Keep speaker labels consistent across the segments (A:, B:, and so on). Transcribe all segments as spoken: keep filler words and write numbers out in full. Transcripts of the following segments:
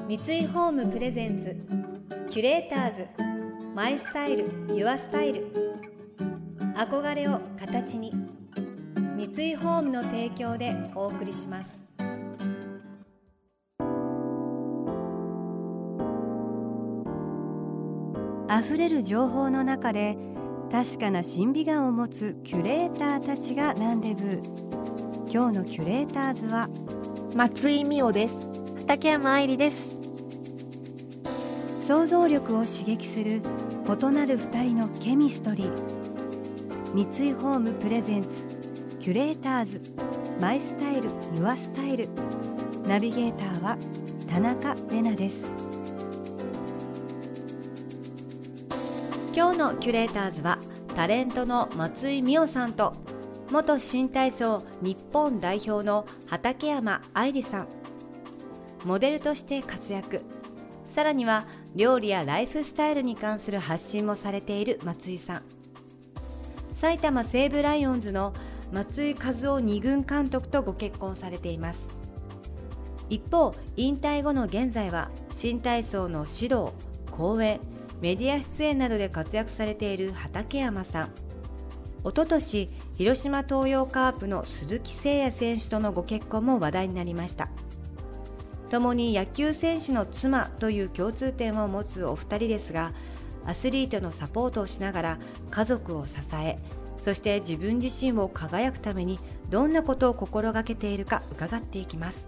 A: 三井ホームプレゼンツキュレーターズマイスタイルユアスタイル、憧れを形に、三井ホームの提供でお送りします。あふれる情報の中で確かな審美眼を持つキュレーターたちがランデブー。今日のキュレーターズは
B: 松井美代です。
C: 畠山愛理です。
A: 想像力を刺激する異なる二人のケミストリー。三井ホームプレゼンツキュレーターズマイスタイルユアスタイル、ナビゲーターは田中れなです。今日のキュレーターズはタレントの松井美代さんと元新体操日本代表の畠山愛理さん。モデルとして活躍、さらには料理やライフスタイルに関する発信もされている松井さん。埼玉西武ライオンズの松井一夫二軍監督とご結婚されています。一方、引退後の現在は新体操の指導、講演、メディア出演などで活躍されている畠山さん。おととし広島東洋カープの鈴木誠也選手とのご結婚も話題になりました。共に野球選手の妻という共通点を持つお二人ですが、アスリートのサポートをしながら家族を支え、そして自分自身を輝くためにどんなことを心がけているか伺っていきます。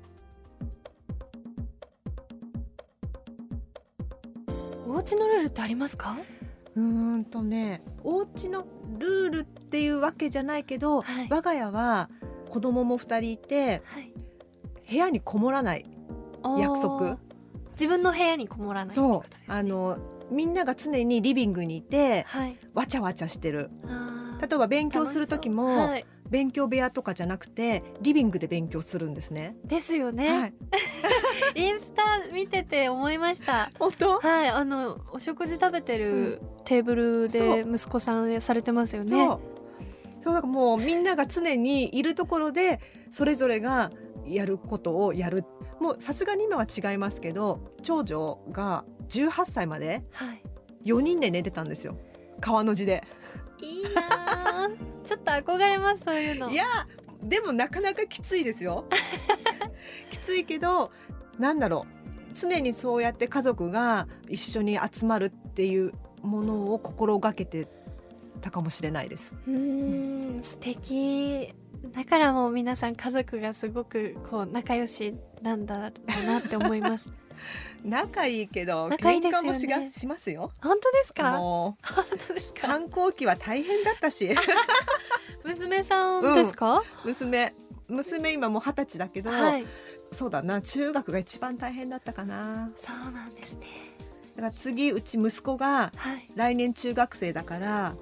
C: お家のルールってありますか？
B: うーんとね、お家のルールっていうわけじゃないけど、はい、我が家は子供もふたりいて、はい、部屋にこもらない約束。
C: 自分の部屋にこもらないってことですね。
B: そう、あのみんなが常にリビングにいて、はい、わちゃわちゃしてる。例えば勉強する時も、はい、勉強部屋とかじゃなくてリビングで勉強するんですね。
C: ですよね、はい、インスタ見てて思いました。
B: 本当？
C: はい、あのお食事食べてるテーブルで息子さんされてますよね。
B: そうそう、だからもうみんなが常にいるところでそれぞれがやることをやる。もうさすがに今は違いますけど、長女がじゅうはっさいまでよにんで寝てたんですよ、川の字で。
C: いいなちょっと憧れます、そういうの。
B: いやでもなかなかきついですよきついけど、なんだろう、常にそうやって家族が一緒に集まるっていうものを心がけてたかもしれないです。
C: うーん、素敵。だからもう皆さん家族がすごくこう仲良しなんだろうなって思います
B: 仲いいけど
C: 仲いいですよね。
B: 喧嘩もしがしますよ。
C: 本当ですか？
B: もう
C: 本当ですか？
B: 反抗期は大変だったし
C: 娘さんですか？
B: うん、娘娘今もう二十歳だけど、はい、そうだな、中学が一番大変だったかな。
C: そうなんですね。
B: だから次うち息子が来年中学生だから、はい、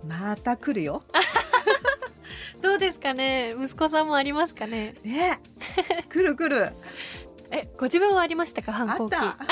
B: また来るよ
C: どうですかね、息子さんもありますかね。
B: ね来る来る
C: え、ご自分はありましたか？反抗期。
B: あった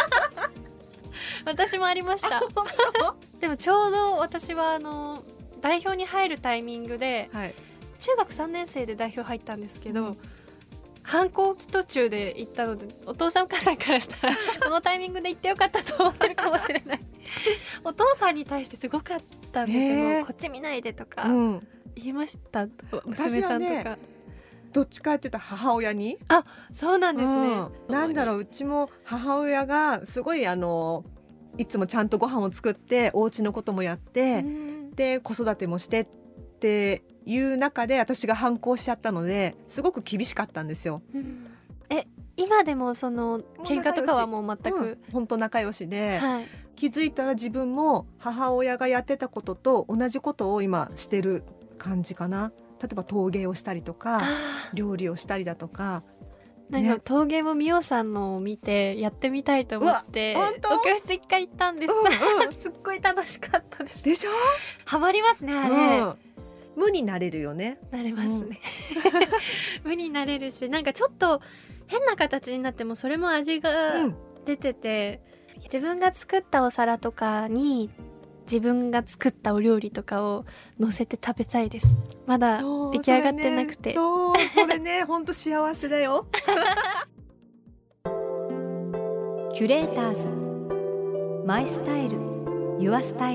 C: 私もありましたでもちょうど私はあの代表に入るタイミングで、はい、中学さんねん生で代表入ったんですけど、うん、反抗期途中で行ったので、お父さんお母さんからしたらこのタイミングで行ってよかったと思ってるかもしれないお父さんに対してすごかったんですよ、えー、こっち見ないでとか、うん、言いました。娘さんとか、ね、
B: どっちかって言ったら母親に。
C: あ、そうなんですね、
B: うん、なんだろう、うちも母親がすごいあのいつもちゃんとご飯を作ってお家のこともやって、うん、で子育てもしてっていう中で私が反抗しちゃったので、すごく厳しかったんですよ、うん、
C: え、今でもその喧嘩とかはもう全く
B: 本当、うん、仲良しで、
C: はい、
B: 気づいたら自分も母親がやってたことと同じことを今してる感じかな。例えば陶芸をしたりとか料理をしたりだとか、
C: なんか陶芸もみおさんのを見てやってみたいと思ってお教室一回行ったんです、うんうん、すっごい楽しかったです。
B: でしょ？
C: ハマりますねあれ、うん、
B: 無になれるよね。
C: なれますね、うん、無になれるし、なんかちょっと変な形になってもそれも味が出てて、うん、自分が作ったお皿とかに自分が作ったお料理とかを乗せて食べたいです。まだ出来上がってなくて。
B: そう、それね、ほんと幸せだよ
A: キュレーターズマイスタイルユアスタイル。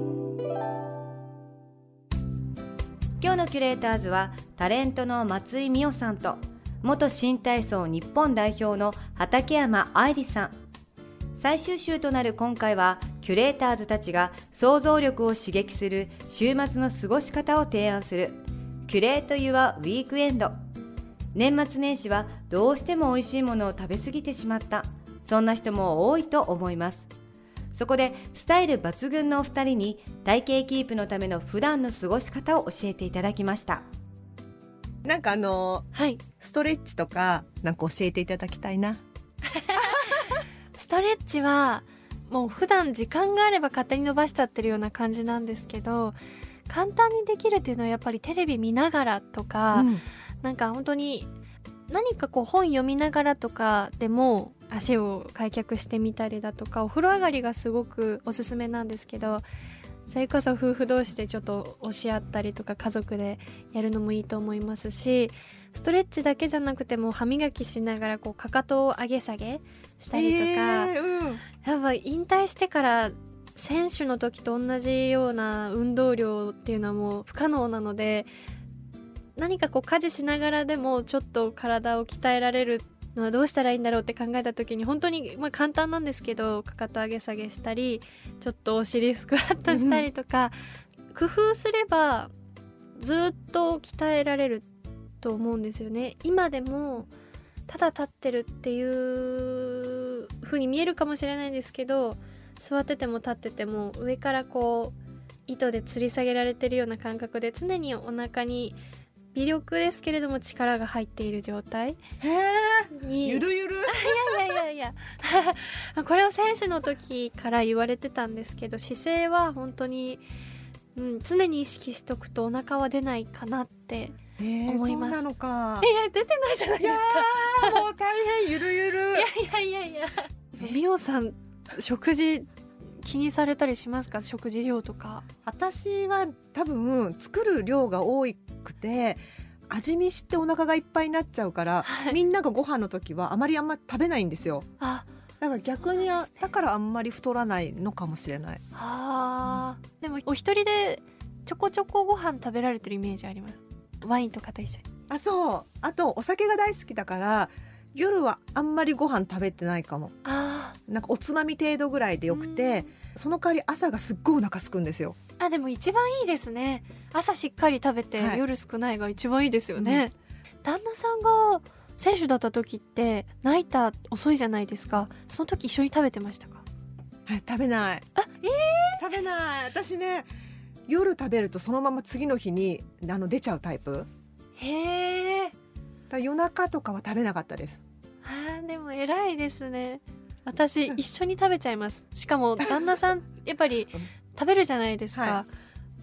A: 今日のキュレーターズはタレントの松井美代さんと元新体操日本代表の畠山愛理さん。最終週となる今回はキュレーターズたちが想像力を刺激する週末の過ごし方を提案するキュレートユアウィークエンド。年末年始はどうしても美味しいものを食べ過ぎてしまった、そんな人も多いと思います。そこでスタイル抜群のお二人に体型キープのための普段の過ごし方を教えていただきました。
B: なんかあの、
C: はい、
B: ストレッチとかなんか教えていただきたいな。
C: ストレッチはもう普段時間があれば勝手に伸ばしちゃってるような感じなんですけど、簡単にできるっていうのはやっぱりテレビ見ながらとか、うん、なんか本当に何かこう本読みながらとかでも足を開脚してみたりだとか、お風呂上がりがすごくおすすめなんですけど、それこそ夫婦同士でちょっと押し合ったりとか家族でやるのもいいと思いますし、ストレッチだけじゃなくても歯磨きしながらこうかかとを上げ下げしたりとか、えーうん、やっぱ引退してから選手の時と同じような運動量っていうのはもう不可能なので、何かこう家事しながらでもちょっと体を鍛えられるのはどうしたらいいんだろうって考えた時に、本当にまあ簡単なんですけど、かかと上げ下げしたりちょっとお尻スクワットしたりとか、うん、工夫すればずっと鍛えられると思うんですよね。今でもただ立ってるっていう風に見えるかもしれないんですけど、座ってても立ってても上からこう糸で吊り下げられてるような感覚で、常にお腹に微力ですけれども力が入っている状態に、
B: ゆるゆる
C: いやいやいやいやこれを選手の時から言われてたんですけど、姿勢は本当に、うん、常に意識しとくとお腹は出ないかなって思います。
B: そうなのか。
C: いや出てないじゃないですか。
B: いやもう大変ゆるゆる。
C: いやいやいやいや美桜さん食事気にされたりしますか？食事量とか。
B: 私は多分作る量が多くて味見してお腹がいっぱいになっちゃうから、はい、みんながご飯の時はあまりあんま食べないんですよ。あ、だから逆に、ね、だからあんまり太らないのかもしれない。
C: あ、うん、でもお一人でちょこちょこご飯食べられてるイメージあります。ワインとかと一緒に。
B: あ、そう。あとお酒が大好きだから夜はあんまりご飯食べてないかも。あ、なんかおつまみ程度ぐらいでよくて、その代わり朝がすっごいお腹すくんですよ。
C: あ、でも一番いいですね。朝しっかり食べて、はい、夜少ないが一番いいですよね、うん、旦那さんが選手だった時ってナイター遅いじゃないですか。その時一緒に食べてましたか？
B: はい、食べない。
C: あ、えー、
B: 食べない。私ね、夜食べるとそのまま次の日にあの出ちゃうタイプ。
C: へえ。
B: だ夜中とかは食べなかったです。
C: あ、でも偉いですね。私一緒に食べちゃいます。しかも旦那さんやっぱり食べるじゃないですか、はい、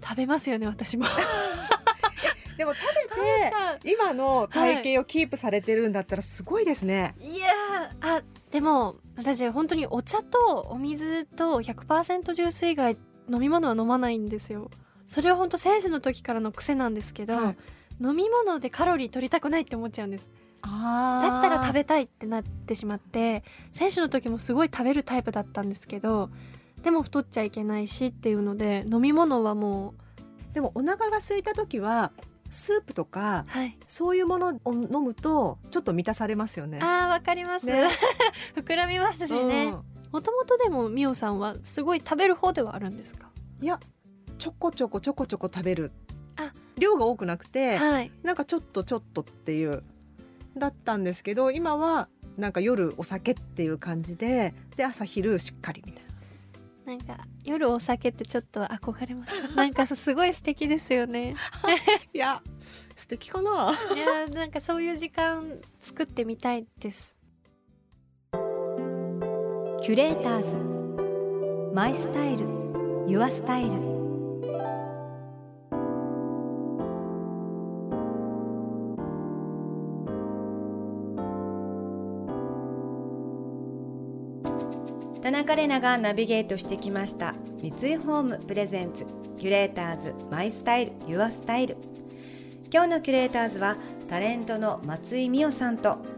C: 食べますよね。私も
B: でも食べて今の体型をキープされてるんだったらすごいですね、
C: はい、いやあ、でも私本当にお茶とお水と ひゃくパーセント ジュース以外飲み物は飲まないんですよ。それは本当選手の時からの癖なんですけど、はい、飲み物でカロリー取りたくないって思っちゃうんです。あ、だったら食べたいってなってしまって、選手の時もすごい食べるタイプだったんですけど、でも太っちゃいけないしっていうので飲み物はも
B: う。でもお腹が空いた時はスープとか、はい、そういうものを飲むとちょっと満たされますよね。
C: あー、わかります、ね、膨らみますしね。もともとでも美桜さんはすごい食べる方ではあるんですか？
B: いや、ちょこちょこちょこちょこ食べる。あ、量が多くなくて、はい、なんかちょっとちょっとっていうだったんですけど、今はなんか夜お酒っていう感じで、で朝昼しっかりみたいな。
C: なんか夜お酒ってちょっと憧れます。なんかすごい素敵ですよね
B: いや素敵かな。
C: いや、なんかそういう時間作ってみたいです。
A: キュレーターズマイスタイルユアスタイル。田中玲奈がナビゲートしてきました三井ホームプレゼンツキュレーターズマイスタイルユアスタイル。今日のキュレーターズはタレントの松井美代さんと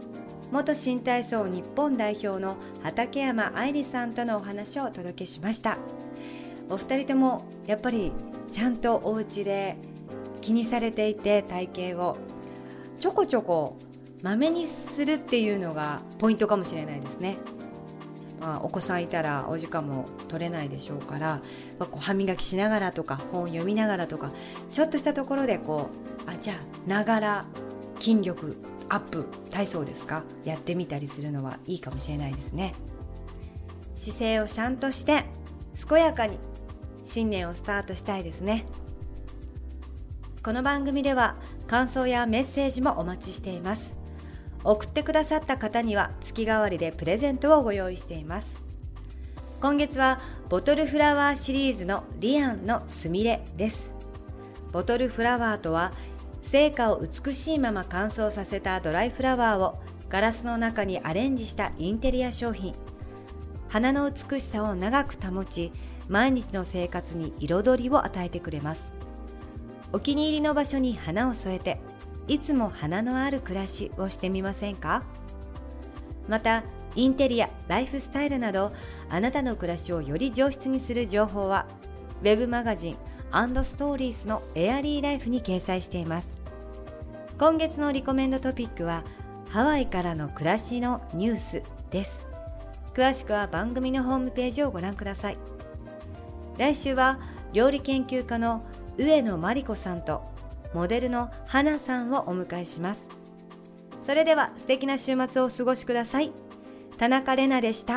A: 元新体操日本代表の畠山愛理さんとのお話をお届けしました。お二人ともやっぱりちゃんとお家で気にされていて、体型をちょこちょこまめにするっていうのがポイントかもしれないですね。まあ、お子さんいたらお時間も取れないでしょうから、まあ、こう歯磨きしながらとか本読みながらとか、ちょっとしたところでこうあじゃあながら筋力アップ体操ですか、やってみたりするのはいいかもしれないですね。姿勢をちゃんとして健やかに新年をスタートしたいですね。この番組では感想やメッセージもお待ちしています。送ってくださった方には月替わりでプレゼントをご用意しています。今月はボトルフラワーシリーズのリアンのスミレです。ボトルフラワーとは、生花を美しいまま乾燥させたドライフラワーをガラスの中にアレンジしたインテリア商品。花の美しさを長く保ち、毎日の生活に彩りを与えてくれます。お気に入りの場所に花を添えて、いつも花のある暮らしをしてみませんか？また、インテリア、ライフスタイルなど、あなたの暮らしをより上質にする情報は、ウェブマガジン&ストーリーズのエアリーライフに掲載しています。今月のリコメンドトピックは、ハワイからの暮らしのニュースです。詳しくは番組のホームページをご覧ください。来週は、料理研究家の上野真理子さんと、モデルの花さんをお迎えします。それでは素敵な週末をお過ごしください。田中れなでした。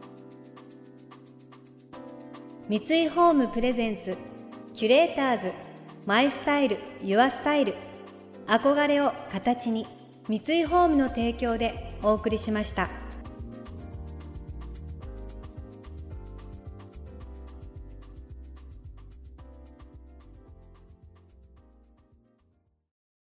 A: 三井ホームプレゼンツキュレーターズマイスタイルユアスタイル、憧れを形に、三井ホームの提供でお送りしました。